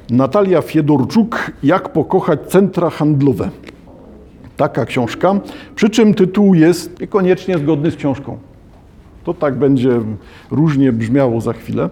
Natalia Fiedorczuk, Jak pokochać centra handlowe. Taka książka, przy czym tytuł jest niekoniecznie zgodny z książką. To tak będzie różnie brzmiało za chwilę.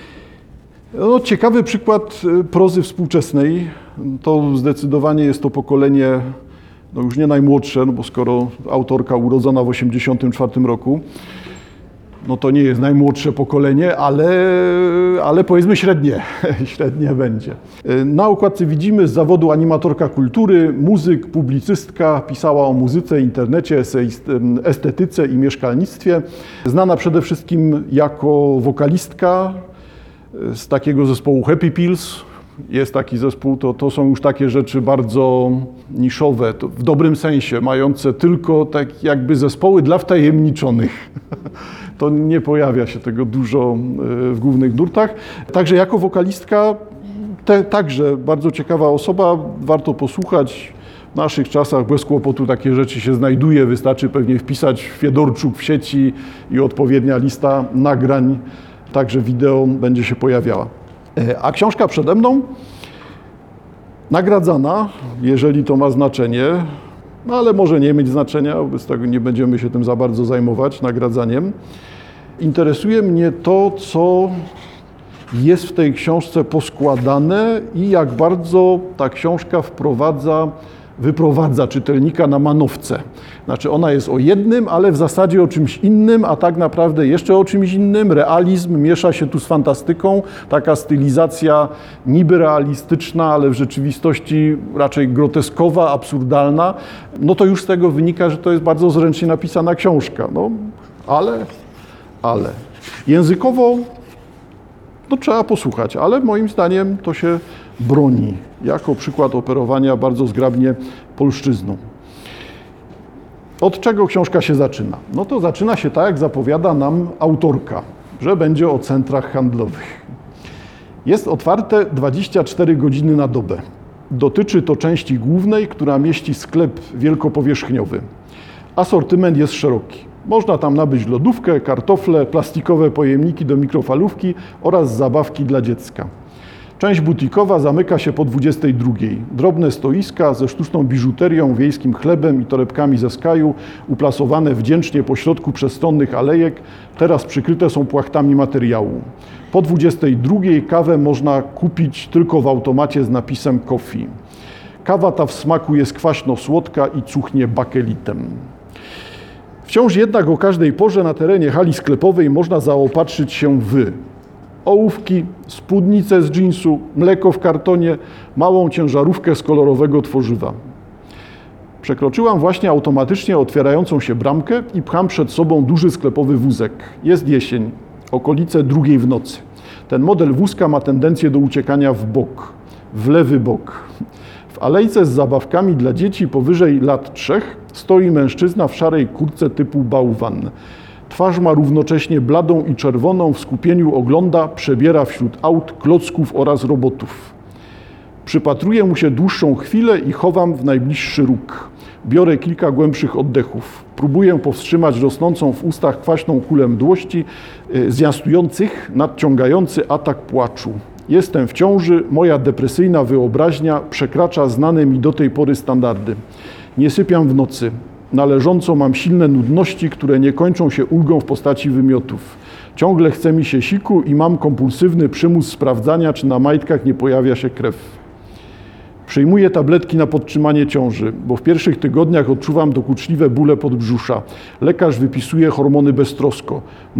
No, ciekawy przykład prozy współczesnej. To zdecydowanie jest to pokolenie, no już nie najmłodsze, no bo skoro autorka urodzona w 1984 roku, no to nie jest najmłodsze pokolenie, ale powiedzmy średnie, średnie będzie. Na okładce widzimy z zawodu animatorka kultury, muzyk, publicystka, pisała o muzyce, internecie, estetyce i mieszkalnictwie. Znana przede wszystkim jako wokalistka z takiego zespołu Happy Pills. Jest taki zespół, to są już takie rzeczy bardzo niszowe, w dobrym sensie, mające tylko tak jakby zespoły dla wtajemniczonych. To nie pojawia się tego dużo w głównych nurtach. Także jako wokalistka także bardzo ciekawa osoba, warto posłuchać. W naszych czasach bez kłopotu takie rzeczy się znajduje, wystarczy pewnie wpisać Fiedorczuk w sieci i odpowiednia lista nagrań, także wideo będzie się pojawiała. A książka przede mną, nagradzana, jeżeli to ma znaczenie, no ale może nie mieć znaczenia, wobec tego nie będziemy się tym za bardzo zajmować, nagradzaniem. Interesuje mnie to, co jest w tej książce poskładane i jak bardzo ta książka wyprowadza czytelnika na manowce. Znaczy ona jest o jednym, ale w zasadzie o czymś innym, a tak naprawdę jeszcze o czymś innym. Realizm miesza się tu z fantastyką, taka stylizacja niby realistyczna, ale w rzeczywistości raczej groteskowa, absurdalna. No to już z tego wynika, że to jest bardzo zręcznie napisana książka. No, ale językowo no, trzeba posłuchać, ale moim zdaniem to się broni jako przykład operowania bardzo zgrabnie polszczyzną. Od czego książka się zaczyna? No to zaczyna się tak, jak zapowiada nam autorka, że będzie o centrach handlowych. Jest otwarte 24 godziny na dobę. Dotyczy to części głównej, która mieści sklep wielkopowierzchniowy. Asortyment jest szeroki. Można tam nabyć lodówkę, kartofle, plastikowe pojemniki do mikrofalówki oraz zabawki dla dziecka. Część butikowa zamyka się po 22. Drobne stoiska ze sztuczną biżuterią, wiejskim chlebem i torebkami ze skaju, uplasowane wdzięcznie pośrodku przestronnych alejek, teraz przykryte są płachtami materiału. Po 22 kawę można kupić tylko w automacie z napisem coffee. Kawa ta w smaku jest kwaśno-słodka i cuchnie bakelitem. Wciąż jednak o każdej porze na terenie hali sklepowej można zaopatrzyć się w ołówki, spódnicę z dżinsu, mleko w kartonie, małą ciężarówkę z kolorowego tworzywa. Przekroczyłam właśnie automatycznie otwierającą się bramkę i pcham przed sobą duży sklepowy wózek. Jest jesień, okolice 2 w nocy. Ten model wózka ma tendencję do uciekania w bok, w lewy bok. W alejce z zabawkami dla dzieci powyżej lat 3 stoi mężczyzna w szarej kurtce typu bałwan. Twarz ma równocześnie bladą i czerwoną, w skupieniu ogląda, przebiera wśród aut, klocków oraz robotów. Przypatruję mu się dłuższą chwilę i chowam w najbliższy róg. Biorę kilka głębszych oddechów. Próbuję powstrzymać rosnącą w ustach kwaśną kulę mdłości, zwiastujących nadciągający atak płaczu. Jestem w ciąży, moja depresyjna wyobraźnia przekracza znane mi do tej pory standardy. Nie sypiam w nocy. Należąco mam silne nudności, które nie kończą się ulgą w postaci wymiotów. Ciągle chce mi się siku i mam kompulsywny przymus sprawdzania, czy na majtkach nie pojawia się krew. Przyjmuję tabletki na podtrzymanie ciąży, bo w pierwszych tygodniach odczuwam dokuczliwe bóle podbrzusza. Lekarz wypisuje hormony beztrosko.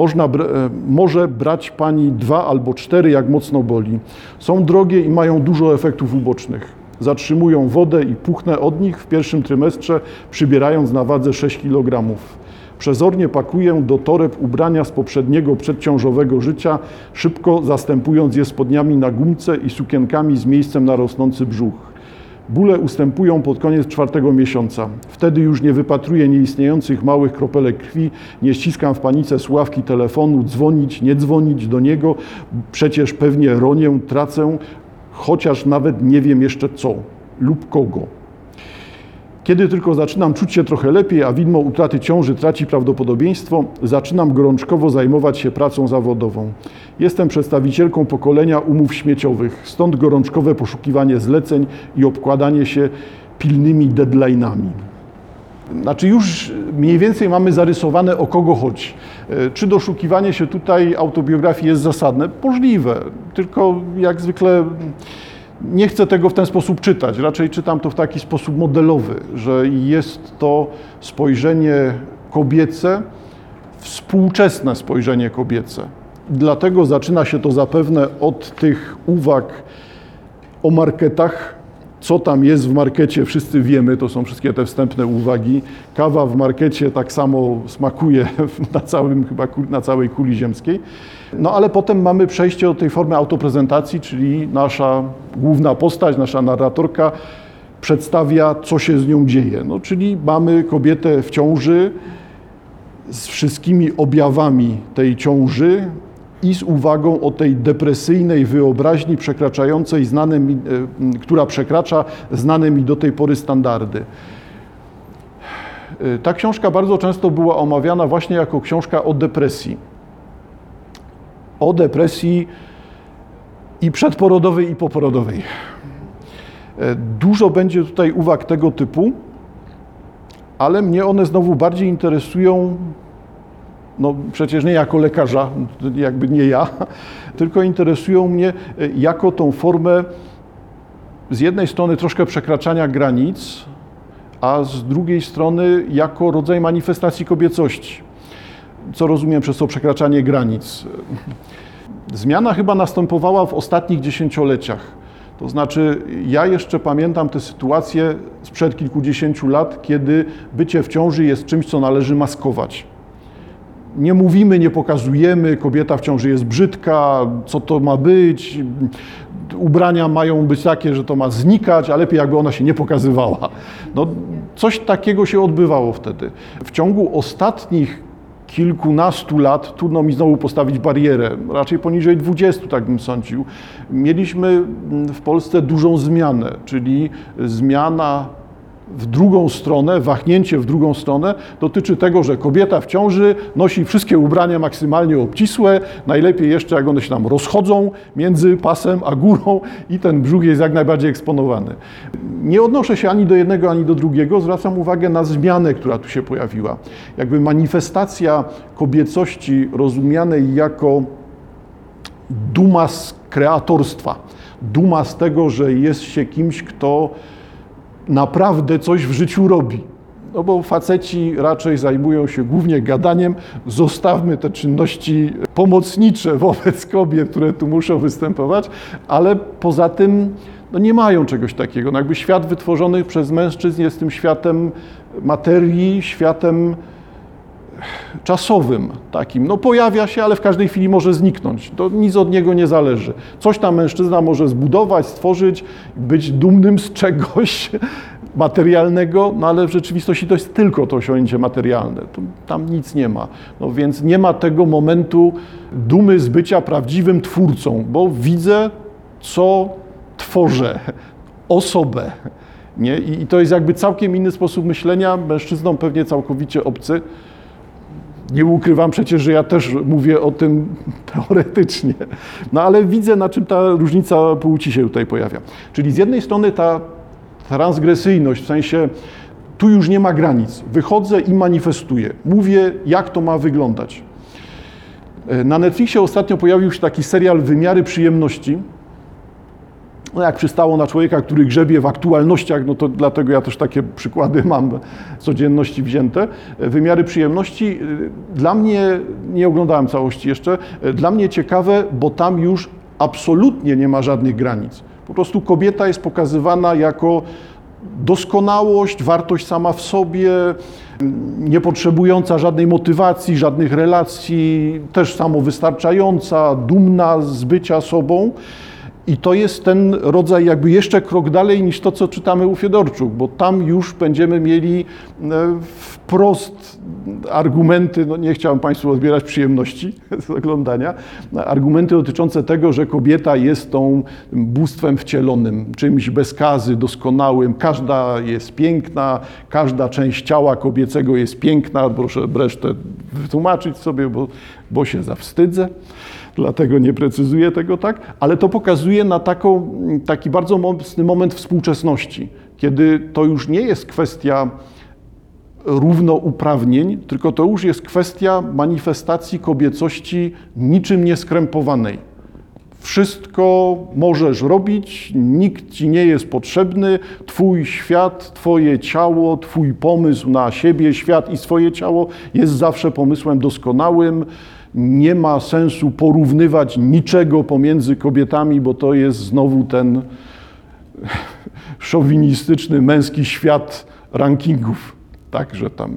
Może brać pani 2 albo 4, jak mocno boli. Są drogie i mają dużo efektów ubocznych. Zatrzymują wodę i puchnę od nich w pierwszym trymestrze, przybierając na wadze 6 kg. Przezornie pakuję do toreb ubrania z poprzedniego przedciążowego życia, szybko zastępując je spodniami na gumce i sukienkami z miejscem na rosnący brzuch. Bóle ustępują pod koniec 4. miesiąca. Wtedy już nie wypatruję nieistniejących małych kropelek krwi, nie ściskam w panice słuchawki telefonu, dzwonić, nie dzwonić do niego, przecież pewnie ronię, tracę, chociaż nawet nie wiem jeszcze co lub kogo. Kiedy tylko zaczynam czuć się trochę lepiej, a widmo utraty ciąży traci prawdopodobieństwo, zaczynam gorączkowo zajmować się pracą zawodową. Jestem przedstawicielką pokolenia umów śmieciowych, stąd gorączkowe poszukiwanie zleceń i obkładanie się pilnymi deadline'ami. Znaczy już mniej więcej mamy zarysowane, o kogo chodzi. Czy doszukiwanie się tutaj autobiografii jest zasadne? Możliwe, tylko jak zwykle nie chcę tego w ten sposób czytać. Raczej czytam to w taki sposób modelowy, że jest to spojrzenie kobiece, współczesne spojrzenie kobiece. Dlatego zaczyna się to zapewne od tych uwag o marketach. Co tam jest w markecie, wszyscy wiemy, to są wszystkie te wstępne uwagi. Kawa w markecie tak samo smakuje na całej kuli ziemskiej. No ale potem mamy przejście do tej formy autoprezentacji, czyli nasza główna postać, nasza narratorka przedstawia, co się z nią dzieje. No, czyli mamy kobietę w ciąży z wszystkimi objawami tej ciąży, i z uwagą o tej depresyjnej wyobraźni przekraczającej która przekracza znane mi do tej pory standardy. Ta książka bardzo często była omawiana właśnie jako książka o depresji. O depresji i przedporodowej, i poporodowej. Dużo będzie tutaj uwag tego typu, ale mnie one znowu bardziej interesują, no przecież nie jako lekarza, jakby nie ja, tylko interesują mnie jako tą formę z jednej strony troszkę przekraczania granic, a z drugiej strony jako rodzaj manifestacji kobiecości. Co rozumiem przez to przekraczanie granic? Zmiana chyba następowała w ostatnich dziesięcioleciach. To znaczy, ja jeszcze pamiętam tę sytuację sprzed kilkudziesięciu lat, kiedy bycie w ciąży jest czymś, co należy maskować. Nie mówimy, nie pokazujemy, kobieta w ciąży jest brzydka, co to ma być, ubrania mają być takie, że to ma znikać, a lepiej jakby ona się nie pokazywała. No, coś takiego się odbywało wtedy. W ciągu ostatnich kilkunastu lat, trudno mi znowu postawić barierę, raczej poniżej 20, tak bym sądził, mieliśmy w Polsce dużą zmianę, czyli zmiana w drugą stronę, wahnięcie w drugą stronę dotyczy tego, że kobieta w ciąży nosi wszystkie ubrania maksymalnie obcisłe, najlepiej jeszcze jak one się tam rozchodzą między pasem a górą i ten brzuch jest jak najbardziej eksponowany. Nie odnoszę się ani do jednego, ani do drugiego, zwracam uwagę na zmianę, która tu się pojawiła. Jakby manifestacja kobiecości rozumianej jako duma z kreatorstwa, duma z tego, że jest się kimś, kto naprawdę coś w życiu robi. No bo faceci raczej zajmują się głównie gadaniem. Zostawmy te czynności pomocnicze wobec kobiet, które tu muszą występować, ale poza tym no nie mają czegoś takiego. No jakby świat wytworzony przez mężczyzn jest tym światem materii, światem czasowym takim. No pojawia się, ale w każdej chwili może zniknąć. To nic od niego nie zależy. Coś tam mężczyzna może zbudować, stworzyć, być dumnym z czegoś materialnego, no ale w rzeczywistości to jest tylko to osiągnięcie materialne. Tam nic nie ma. No więc nie ma tego momentu dumy z bycia prawdziwym twórcą, bo widzę, co tworzę, osobę. Nie? I to jest jakby całkiem inny sposób myślenia, mężczyznom pewnie całkowicie obcy. Nie ukrywam przecież, że ja też mówię o tym teoretycznie. No ale widzę, na czym ta różnica płci się tutaj pojawia. Czyli z jednej strony ta transgresyjność, w sensie tu już nie ma granic. Wychodzę i manifestuję. Mówię, jak to ma wyglądać. Na Netflixie ostatnio pojawił się taki serial Wymiary przyjemności. No jak przystało na człowieka, który grzebie w aktualnościach, no to dlatego ja też takie przykłady mam z codzienności wzięte. Wymiary przyjemności dla mnie, nie oglądałem całości jeszcze, dla mnie ciekawe, bo tam już absolutnie nie ma żadnych granic. Po prostu kobieta jest pokazywana jako doskonałość, wartość sama w sobie, nie potrzebująca żadnej motywacji, żadnych relacji, też samowystarczająca, dumna z bycia sobą. I to jest ten rodzaj jakby jeszcze krok dalej niż to, co czytamy u Fiedorczuk, bo tam już będziemy mieli wprost argumenty, no nie chciałem Państwu odbierać przyjemności z oglądania, argumenty dotyczące tego, że kobieta jest tą bóstwem wcielonym, czymś bez skazy, doskonałym, każda jest piękna, każda część ciała kobiecego jest piękna, proszę resztę wytłumaczyć sobie, bo się zawstydzę. Dlatego nie precyzuję tego tak, ale to pokazuje na taki bardzo mocny moment współczesności, kiedy to już nie jest kwestia równouprawnień, tylko to już jest kwestia manifestacji kobiecości niczym nieskrępowanej. Wszystko możesz robić, nikt ci nie jest potrzebny, twój świat, twoje ciało, twój pomysł na siebie, świat i swoje ciało jest zawsze pomysłem doskonałym. Nie ma sensu porównywać niczego pomiędzy kobietami, bo to jest znowu ten szowinistyczny, męski świat rankingów. Tak, że tam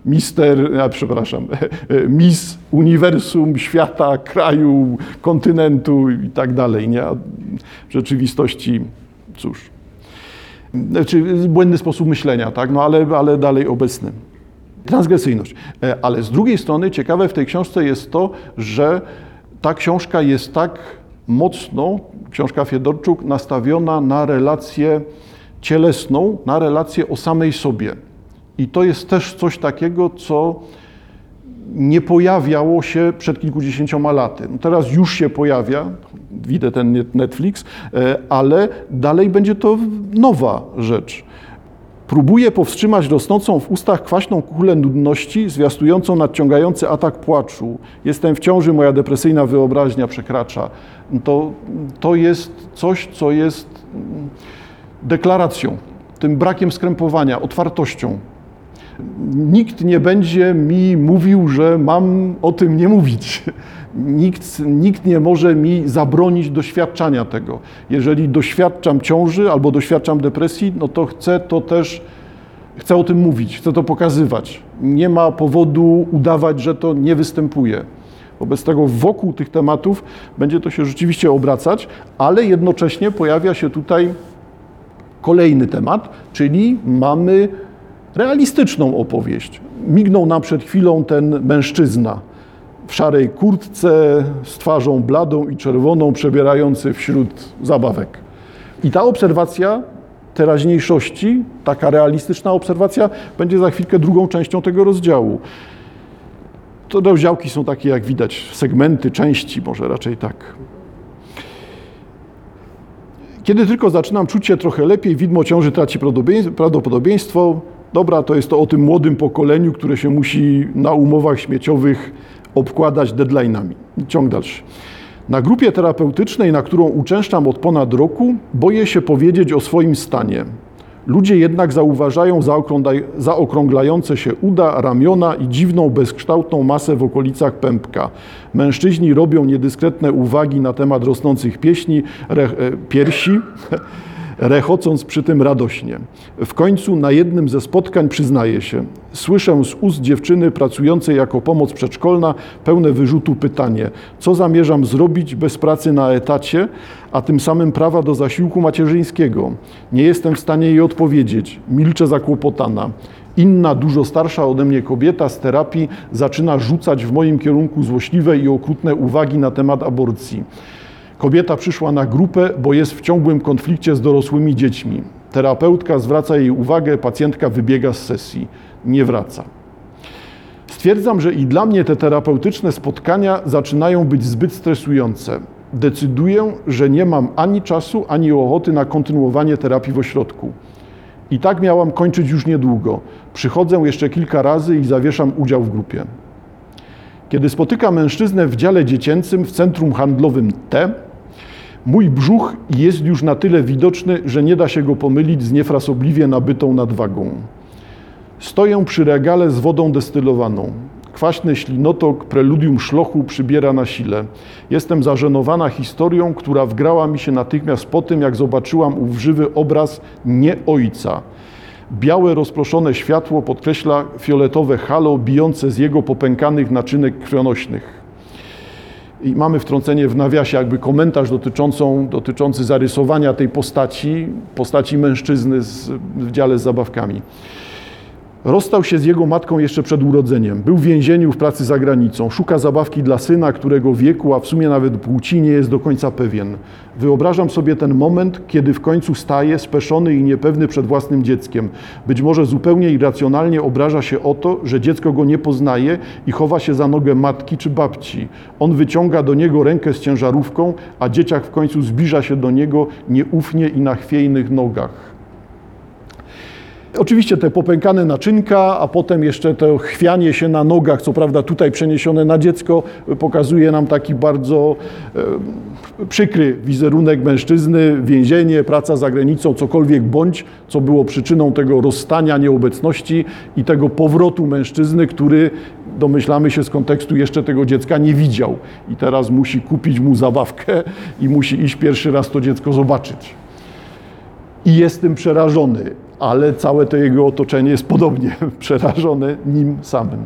Miss Uniwersum, świata, kraju, kontynentu i tak dalej. Nie? A w rzeczywistości, cóż, znaczy błędny sposób myślenia, tak? No ale dalej obecny. Transgresyjność. Ale z drugiej strony ciekawe w tej książce jest to, że ta książka jest tak mocno, książka Fiedorczuk, nastawiona na relację cielesną, na relację o samej sobie. I to jest też coś takiego, co nie pojawiało się przed kilkudziesięcioma laty. No teraz już się pojawia, widzę ten Netflix, ale dalej będzie to nowa rzecz. Próbuję powstrzymać rosnącą w ustach kwaśną kulę nudności, zwiastującą nadciągający atak płaczu. Jestem w ciąży, moja depresyjna wyobraźnia przekracza. To jest coś, co jest deklaracją, tym brakiem skrępowania, otwartością. Nikt nie będzie mi mówił, że mam o tym nie mówić. Nikt nie może mi zabronić doświadczania tego. Jeżeli doświadczam ciąży albo doświadczam depresji, no to chcę o tym mówić, chcę to pokazywać. Nie ma powodu udawać, że to nie występuje. Wobec tego wokół tych tematów będzie to się rzeczywiście obracać, ale jednocześnie pojawia się tutaj kolejny temat, czyli mamy realistyczną opowieść. Mignął nam przed chwilą ten mężczyzna w szarej kurtce, z twarzą bladą i czerwoną, przebierający wśród zabawek. I ta obserwacja teraźniejszości, taka realistyczna obserwacja, będzie za chwilkę drugą częścią tego rozdziału. To rozdziałki są takie, jak widać, segmenty, części, może raczej tak. Kiedy tylko zaczynam czuć się trochę lepiej, widmo ciąży traci prawdopodobieństwo. Dobra, to jest to o tym młodym pokoleniu, które się musi na umowach śmieciowych obkładać deadline'ami. Ciąg dalszy. Na grupie terapeutycznej, na którą uczęszczam od ponad roku, boję się powiedzieć o swoim stanie. Ludzie jednak zauważają zaokrąglające się uda, ramiona i dziwną, bezkształtną masę w okolicach pępka. Mężczyźni robią niedyskretne uwagi na temat rosnących piersi, rechocąc przy tym radośnie. W końcu na jednym ze spotkań przyznaje się. Słyszę z ust dziewczyny pracującej jako pomoc przedszkolna pełne wyrzutu pytanie, co zamierzam zrobić bez pracy na etacie, a tym samym prawa do zasiłku macierzyńskiego. Nie jestem w stanie jej odpowiedzieć. Milczę zakłopotana. Inna, dużo starsza ode mnie kobieta z terapii zaczyna rzucać w moim kierunku złośliwe i okrutne uwagi na temat aborcji. Kobieta przyszła na grupę, bo jest w ciągłym konflikcie z dorosłymi dziećmi. Terapeutka zwraca jej uwagę, pacjentka wybiega z sesji. Nie wraca. Stwierdzam, że i dla mnie te terapeutyczne spotkania zaczynają być zbyt stresujące. Decyduję, że nie mam ani czasu, ani ochoty na kontynuowanie terapii w ośrodku. I tak miałam kończyć już niedługo. Przychodzę jeszcze kilka razy i zawieszam udział w grupie. Kiedy spotykam mężczyznę w dziale dziecięcym w centrum handlowym T, mój brzuch jest już na tyle widoczny, że nie da się go pomylić z niefrasobliwie nabytą nadwagą. Stoję przy regale z wodą destylowaną. Kwaśny ślinotok, preludium szlochu przybiera na sile. Jestem zażenowana historią, która wgrała mi się natychmiast po tym, jak zobaczyłam ów żywy obraz nie ojca. Białe, rozproszone światło podkreśla fioletowe halo bijące z jego popękanych naczynek krwionośnych. I mamy wtrącenie w nawiasie, jakby komentarz dotyczący zarysowania tej postaci mężczyzny w dziale z zabawkami. Rozstał się z jego matką jeszcze przed urodzeniem. Był w więzieniu, w pracy za granicą. Szuka zabawki dla syna, którego wieku, a w sumie nawet płci nie jest do końca pewien. Wyobrażam sobie ten moment, kiedy w końcu staje, speszony i niepewny przed własnym dzieckiem. Być może zupełnie irracjonalnie obraża się o to, że dziecko go nie poznaje i chowa się za nogę matki czy babci. On wyciąga do niego rękę z ciężarówką, a dzieciak w końcu zbliża się do niego nieufnie i na chwiejnych nogach. Oczywiście te popękane naczynka, a potem jeszcze to chwianie się na nogach, co prawda tutaj przeniesione na dziecko, pokazuje nam taki bardzo przykry wizerunek mężczyzny, więzienie, praca za granicą, cokolwiek bądź, co było przyczyną tego rozstania, nieobecności i tego powrotu mężczyzny, który, domyślamy się z kontekstu, jeszcze tego dziecka nie widział i teraz musi kupić mu zabawkę i musi iść pierwszy raz to dziecko zobaczyć. I jest tym przerażony, ale całe to jego otoczenie jest podobnie przerażone nim samym.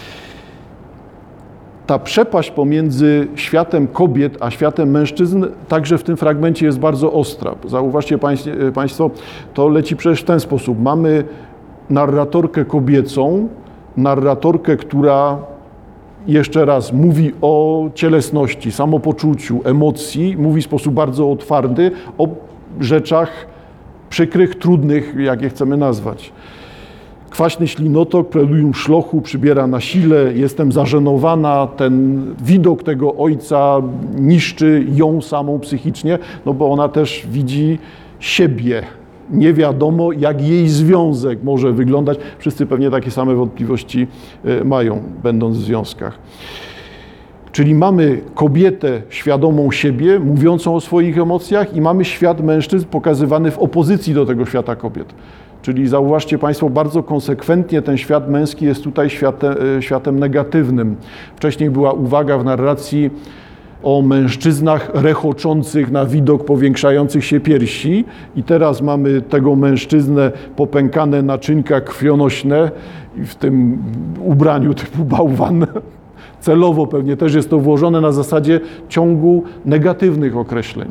Ta przepaść pomiędzy światem kobiet a światem mężczyzn także w tym fragmencie jest bardzo ostra. Zauważcie Państwo, to leci przecież w ten sposób. Mamy narratorkę kobiecą, narratorkę, która jeszcze raz mówi o cielesności, samopoczuciu, emocji, mówi w sposób bardzo otwarty o rzeczach przykrych, trudnych, jak je chcemy nazwać. Kwaśny ślinotok, preludium szlochu przybiera na sile, jestem zażenowana, ten widok tego ojca niszczy ją samą psychicznie, no bo ona też widzi siebie. Nie wiadomo, jak jej związek może wyglądać. Wszyscy pewnie takie same wątpliwości mają, będąc w związkach. Czyli mamy kobietę świadomą siebie, mówiącą o swoich emocjach i mamy świat mężczyzn pokazywany w opozycji do tego świata kobiet. Czyli zauważcie Państwo, bardzo konsekwentnie ten świat męski jest tutaj światem negatywnym. Wcześniej była uwaga w narracji o mężczyznach rechoczących na widok powiększających się piersi i teraz mamy tego mężczyznę, popękane naczynka krwionośne i w tym ubraniu typu bałwan. Celowo pewnie też jest to włożone na zasadzie ciągu negatywnych określeń.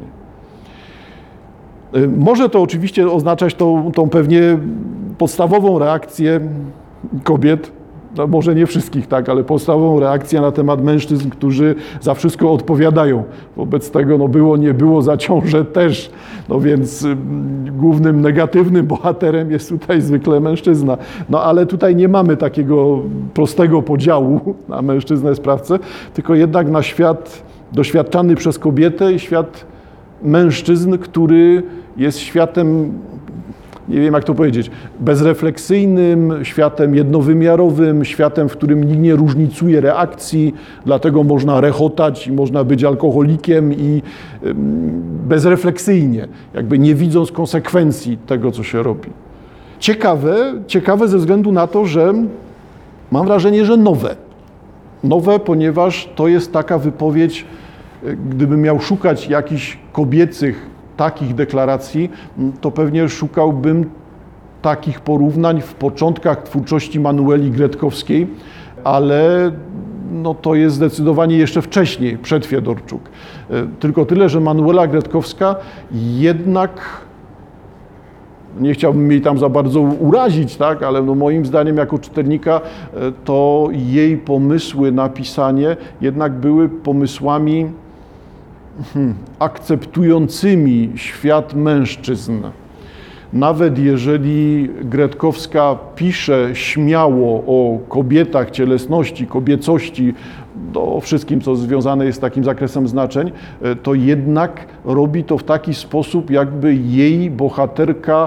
Może to oczywiście oznaczać tą pewnie podstawową reakcję kobiet, no może nie wszystkich, tak, ale podstawową reakcję na temat mężczyzn, którzy za wszystko odpowiadają. Wobec tego no było, nie było, za ciążę też. No więc głównym negatywnym bohaterem jest tutaj zwykle mężczyzna. No ale tutaj nie mamy takiego prostego podziału na mężczyznę sprawcę, tylko jednak na świat doświadczany przez kobietę i świat mężczyzn, który jest światem, nie wiem jak to powiedzieć, bezrefleksyjnym, światem jednowymiarowym, światem, w którym nikt nie różnicuje reakcji, dlatego można rechotać i można być alkoholikiem i bezrefleksyjnie, jakby nie widząc konsekwencji tego, co się robi. Ciekawe ze względu na to, że mam wrażenie, że nowe, ponieważ to jest taka wypowiedź, gdybym miał szukać jakichś kobiecych takich deklaracji, to pewnie szukałbym takich porównań w początkach twórczości Manueli Gretkowskiej, ale no to jest zdecydowanie jeszcze wcześniej, przed Fiedorczuk. Tylko tyle, że Manuela Gretkowska jednak, nie chciałbym jej tam za bardzo urazić, tak, ale no moim zdaniem jako czytelnika to jej pomysły na pisanie jednak były pomysłami akceptującymi świat mężczyzn. Nawet jeżeli Gretkowska pisze śmiało o kobietach, cielesności, kobiecości, o wszystkim, co związane jest z takim zakresem znaczeń, to jednak robi to w taki sposób, jakby jej bohaterka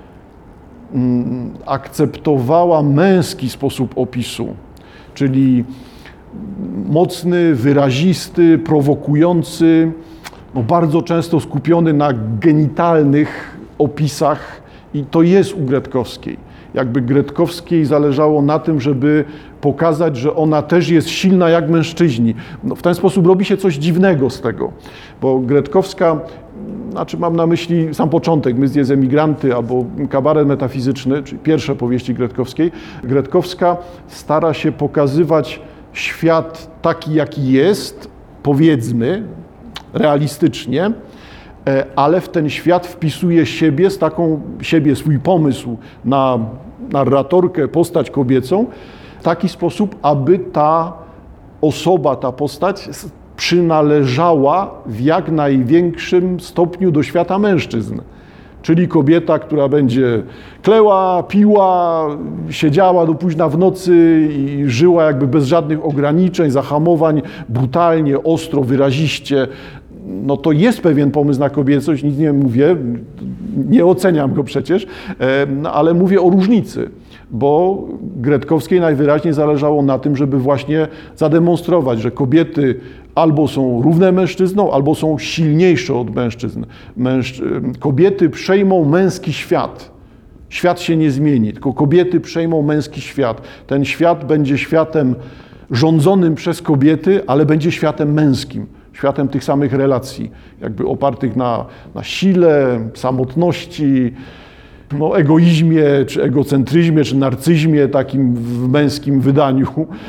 akceptowała męski sposób opisu, czyli mocny, wyrazisty, prowokujący, no bardzo często skupiony na genitalnych opisach i to jest u Gretkowskiej. Jakby Gretkowskiej zależało na tym, żeby pokazać, że ona też jest silna jak mężczyźni. No, w ten sposób robi się coś dziwnego z tego, bo Gretkowska, znaczy mam na myśli sam początek, My z emigranty albo Kabaret metafizyczny, czyli pierwsze powieści Gretkowskiej. Gretkowska stara się pokazywać świat taki, jaki jest, powiedzmy, realistycznie, ale w ten świat wpisuje siebie, swój pomysł na narratorkę, postać kobiecą, w taki sposób, aby ta osoba, ta postać przynależała w jak największym stopniu do świata mężczyzn. Czyli kobieta, która będzie kleła, piła, siedziała do późna w nocy i żyła jakby bez żadnych ograniczeń, zahamowań, brutalnie, ostro, wyraziście. No to jest pewien pomysł na kobiecość, nic nie mówię, nie oceniam go przecież, ale mówię o różnicy, bo Gretkowskiej najwyraźniej zależało na tym, żeby właśnie zademonstrować, że kobiety albo są równe mężczyznom, albo są silniejsze od mężczyzn. Kobiety przejmą męski świat. Świat się nie zmieni, tylko kobiety przejmą męski świat. Ten świat będzie światem rządzonym przez kobiety, ale będzie światem męskim. Światem tych samych relacji, jakby opartych na sile, samotności, egoizmie, czy egocentryzmie, czy narcyzmie, takim w męskim wydaniu.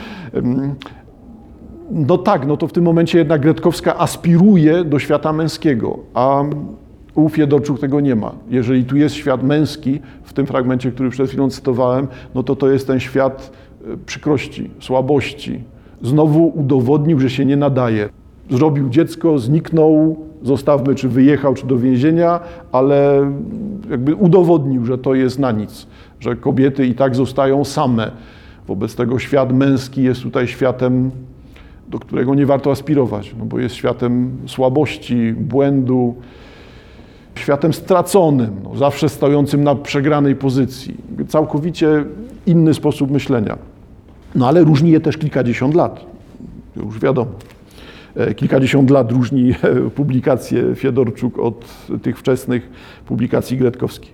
No tak, no to w tym momencie jednak Gretkowska aspiruje do świata męskiego, a u Fiedorczuk tego nie ma. Jeżeli tu jest świat męski, w tym fragmencie, który przed chwilą cytowałem, no to jest ten świat przykrości, słabości. Znowu udowodnił, że się nie nadaje. Zrobił dziecko, zniknął, zostawmy, czy wyjechał, czy do więzienia, ale jakby udowodnił, że to jest na nic, że kobiety i tak zostają same. Wobec tego świat męski jest tutaj światem, do którego nie warto aspirować, no bo jest światem słabości, błędu, światem straconym, no, zawsze stojącym na przegranej pozycji. Całkowicie inny sposób myślenia. No ale różni je też kilkadziesiąt lat, już wiadomo. Kilkadziesiąt lat różni publikacje Fiedorczuk od tych wczesnych publikacji Gretkowskiej.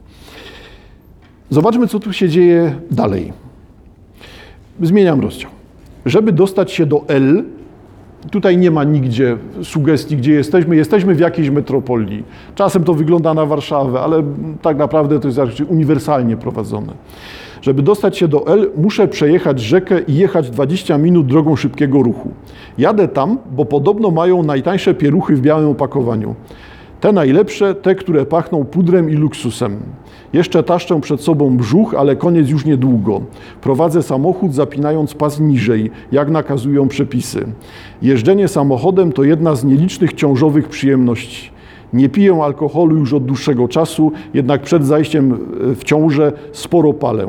Zobaczmy, co tu się dzieje dalej. Zmieniam rozdział. Żeby dostać się do L, tutaj nie ma nigdzie sugestii, gdzie jesteśmy. Jesteśmy w jakiejś metropolii. Czasem to wygląda na Warszawę, ale tak naprawdę to jest raczej uniwersalnie prowadzone. Żeby dostać się do L, muszę przejechać rzekę i jechać 20 minut drogą szybkiego ruchu. Jadę tam, bo podobno mają najtańsze pieluchy w białym opakowaniu. Te najlepsze, te, które pachną pudrem i luksusem. Jeszcze taszczę przed sobą brzuch, ale koniec już niedługo. Prowadzę samochód, zapinając pas niżej, jak nakazują przepisy. Jeżdżenie samochodem to jedna z nielicznych ciążowych przyjemności. Nie piję alkoholu już od dłuższego czasu, jednak przed zajściem w ciążę sporo palę.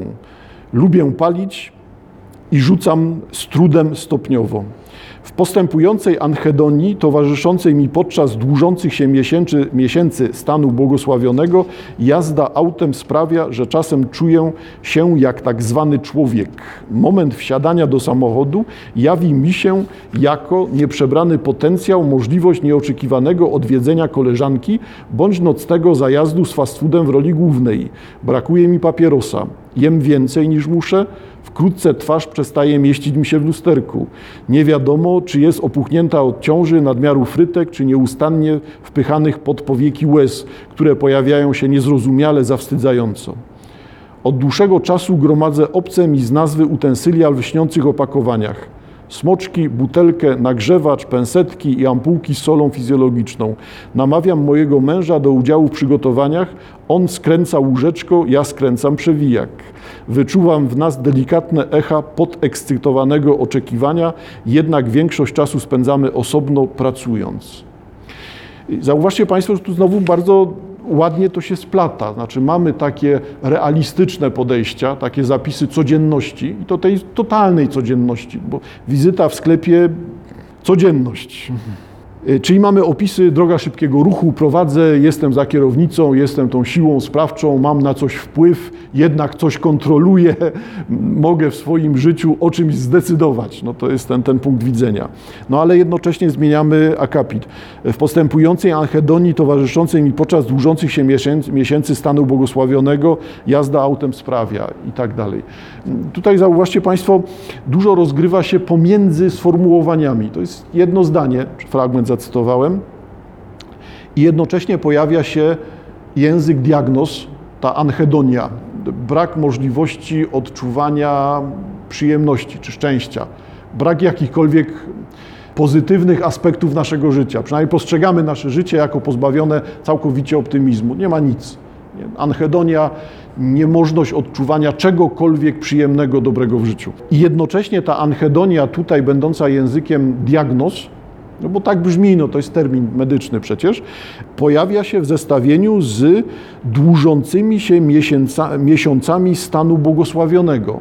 Lubię palić i rzucam z trudem stopniowo. W postępującej anhedonii towarzyszącej mi podczas dłużących się miesięcy stanu błogosławionego jazda autem sprawia, że czasem czuję się jak tak zwany człowiek. Moment wsiadania do samochodu jawi mi się jako nieprzebrany potencjał, możliwość nieoczekiwanego odwiedzenia koleżanki bądź nocnego zajazdu z fast foodem w roli głównej. Brakuje mi papierosa. Jem więcej niż muszę. Wkrótce twarz przestaje mieścić mi się w lusterku. Nie wiadomo, czy jest opuchnięta od ciąży, nadmiaru frytek, czy nieustannie wpychanych pod powieki łez, które pojawiają się niezrozumiale zawstydzająco. Od dłuższego czasu gromadzę obce mi z nazwy utensylia w lśniących opakowaniach. Smoczki, butelkę, nagrzewacz, pensetki i ampułki z solą fizjologiczną. Namawiam mojego męża do udziału w przygotowaniach. On skręca łóżeczko, ja skręcam przewijak. Wyczuwam w nas delikatne echa podekscytowanego oczekiwania, jednak większość czasu spędzamy osobno pracując. Zauważcie Państwo, że tu znowu bardzo ładnie to się splata. Znaczy mamy takie realistyczne podejścia, takie zapisy codzienności i to tej totalnej codzienności, bo wizyta w sklepie codzienność. Czyli mamy opisy droga szybkiego ruchu, prowadzę, jestem za kierownicą, jestem tą siłą sprawczą, mam na coś wpływ, jednak coś kontroluję, mogę w swoim życiu o czymś zdecydować. No to jest ten punkt widzenia. No ale jednocześnie zmieniamy akapit. W postępującej anhedonii towarzyszącej mi podczas dłużących się miesięcy stanu błogosławionego jazda autem sprawia i tak dalej. Tutaj zauważcie Państwo, dużo rozgrywa się pomiędzy sformułowaniami. To jest jedno zdanie, fragment zacytowałem i jednocześnie pojawia się język diagnoz, ta anhedonia, brak możliwości odczuwania przyjemności czy szczęścia, brak jakichkolwiek pozytywnych aspektów naszego życia. Przynajmniej postrzegamy nasze życie jako pozbawione całkowicie optymizmu. Nie ma nic. Anhedonia, niemożność odczuwania czegokolwiek przyjemnego, dobrego w życiu. I jednocześnie ta anhedonia tutaj będąca językiem diagnoz, no bo tak brzmi, no to jest termin medyczny przecież, pojawia się w zestawieniu z dłużącymi się miesiącami stanu błogosławionego.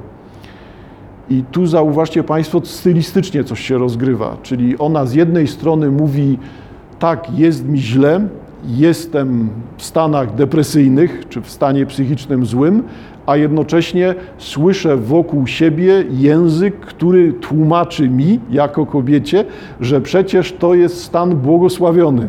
I tu zauważcie Państwo, stylistycznie coś się rozgrywa, czyli ona z jednej strony mówi, tak, jest mi źle, jestem w stanach depresyjnych czy w stanie psychicznym złym, a jednocześnie słyszę wokół siebie język, który tłumaczy mi, jako kobiecie, że przecież to jest stan błogosławiony.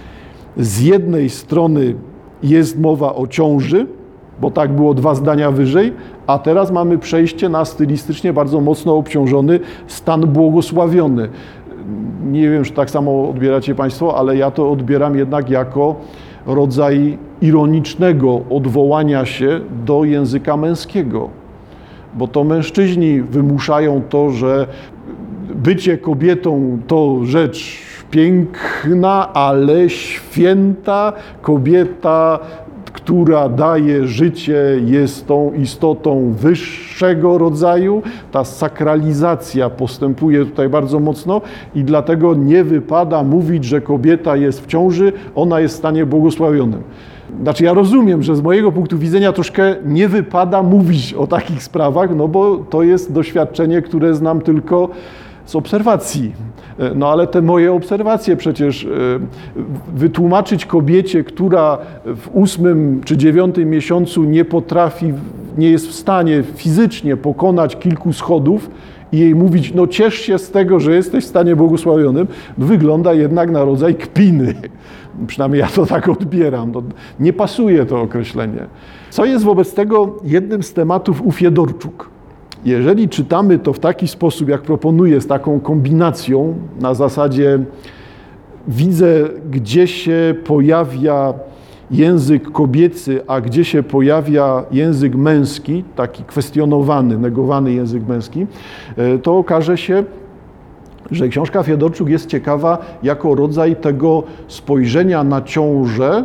Z jednej strony jest mowa o ciąży, bo tak było 2 zdania wyżej, a teraz mamy przejście na stylistycznie bardzo mocno obciążony stan błogosławiony. Nie wiem, czy tak samo odbieracie Państwo, ale ja to odbieram jednak jako rodzaj ironicznego odwołania się do języka męskiego. Bo to mężczyźni wymuszają to, że bycie kobietą to rzecz piękna, ale święta. Kobieta, która daje życie, jest tą istotą wyższego rodzaju. Ta sakralizacja postępuje tutaj bardzo mocno i dlatego nie wypada mówić, że kobieta jest w ciąży, ona jest w stanie błogosławionym. Znaczy ja rozumiem, że z mojego punktu widzenia troszkę nie wypada mówić o takich sprawach, no bo to jest doświadczenie, które znam tylko z obserwacji. No ale te moje obserwacje przecież wytłumaczyć kobiecie, która w 8. czy 9. miesiącu nie jest w stanie fizycznie pokonać kilku schodów i jej mówić, no ciesz się z tego, że jesteś w stanie błogosławionym, wygląda jednak na rodzaj kpiny. Przynajmniej ja to tak odbieram. No, nie pasuje to określenie. Co jest wobec tego jednym z tematów u Fiedorczuk? Jeżeli czytamy to w taki sposób, jak proponuję, z taką kombinacją, na zasadzie widzę, gdzie się pojawia język kobiecy, a gdzie się pojawia język męski, taki kwestionowany, negowany język męski, to okaże się, że książka Fiedorczuk jest ciekawa jako rodzaj tego spojrzenia na ciążę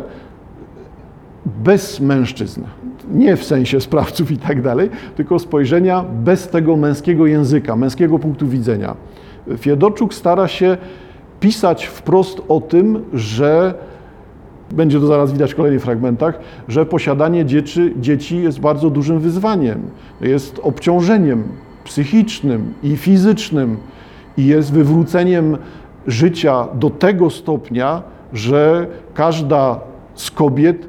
bez mężczyzn. Nie w sensie sprawców i tak dalej, tylko spojrzenia bez tego męskiego języka, męskiego punktu widzenia. Fiedorczuk stara się pisać wprost o tym, że, będzie to zaraz widać w kolejnych fragmentach, że posiadanie dzieci jest bardzo dużym wyzwaniem, jest obciążeniem psychicznym i fizycznym i jest wywróceniem życia do tego stopnia, że każda z kobiet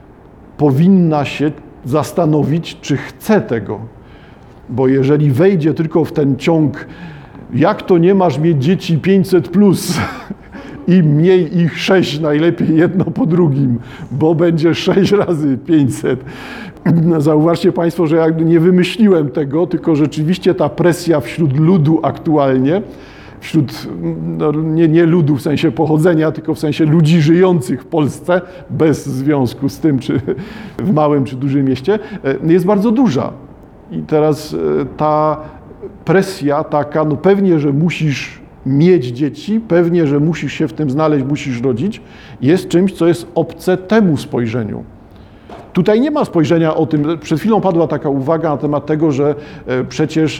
powinna się zastanowić, czy chce tego. Bo jeżeli wejdzie tylko w ten ciąg, jak to nie masz mieć dzieci 500+, i miej ich 6, najlepiej jedno po drugim, bo będzie 6 razy 500. Zauważcie Państwo, że ja nie wymyśliłem tego, tylko rzeczywiście ta presja wśród ludu aktualnie, wśród, no, nie ludu w sensie pochodzenia, tylko w sensie ludzi żyjących w Polsce, bez związku z tym, czy w małym, czy dużym mieście, jest bardzo duża. I teraz ta presja taka, no pewnie, że musisz mieć dzieci, pewnie, że musisz się w tym znaleźć, musisz rodzić, jest czymś, co jest obce temu spojrzeniu. Tutaj nie ma spojrzenia o tym, przed chwilą padła taka uwaga na temat tego, że przecież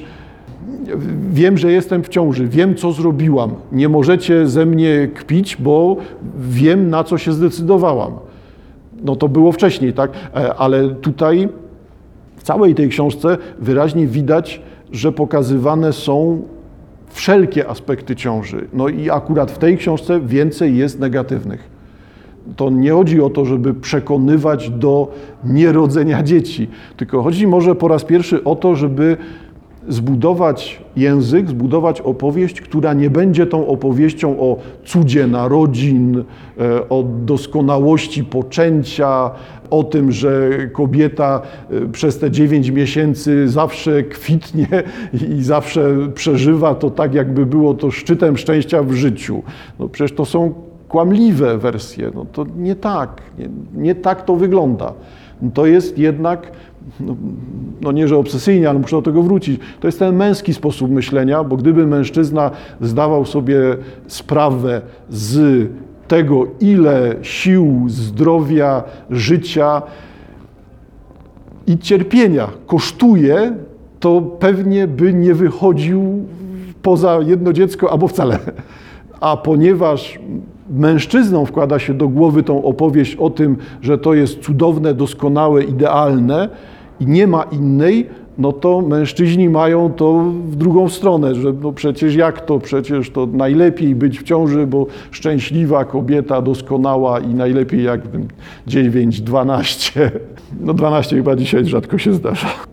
wiem, że jestem w ciąży, wiem, co zrobiłam, nie możecie ze mnie kpić, bo wiem, na co się zdecydowałam. No to było wcześniej, tak? Ale tutaj w całej tej książce wyraźnie widać, że pokazywane są wszelkie aspekty ciąży. No i akurat w tej książce więcej jest negatywnych. To nie chodzi o to, żeby przekonywać do nierodzenia dzieci, tylko chodzi może po raz pierwszy o to, żeby zbudować język, zbudować opowieść, która nie będzie tą opowieścią o cudzie narodzin, o doskonałości poczęcia, o tym, że kobieta przez te 9 miesięcy zawsze kwitnie i zawsze przeżywa to tak, jakby było to szczytem szczęścia w życiu. No przecież to są kłamliwe wersje. No to nie tak, nie tak to wygląda. To jest jednak, no nie że obsesyjnie, ale muszę do tego wrócić, to jest ten męski sposób myślenia, bo gdyby mężczyzna zdawał sobie sprawę z tego, ile sił, zdrowia, życia i cierpienia kosztuje, to pewnie by nie wychodził poza jedno dziecko albo wcale. A ponieważ mężczyznom wkłada się do głowy tą opowieść o tym, że to jest cudowne, doskonałe, idealne i nie ma innej, no to mężczyźni mają to w drugą stronę, że no przecież jak to, przecież to najlepiej być w ciąży, bo szczęśliwa kobieta, doskonała i najlepiej jak 9, 12. No 12 chyba dzisiaj rzadko się zdarza.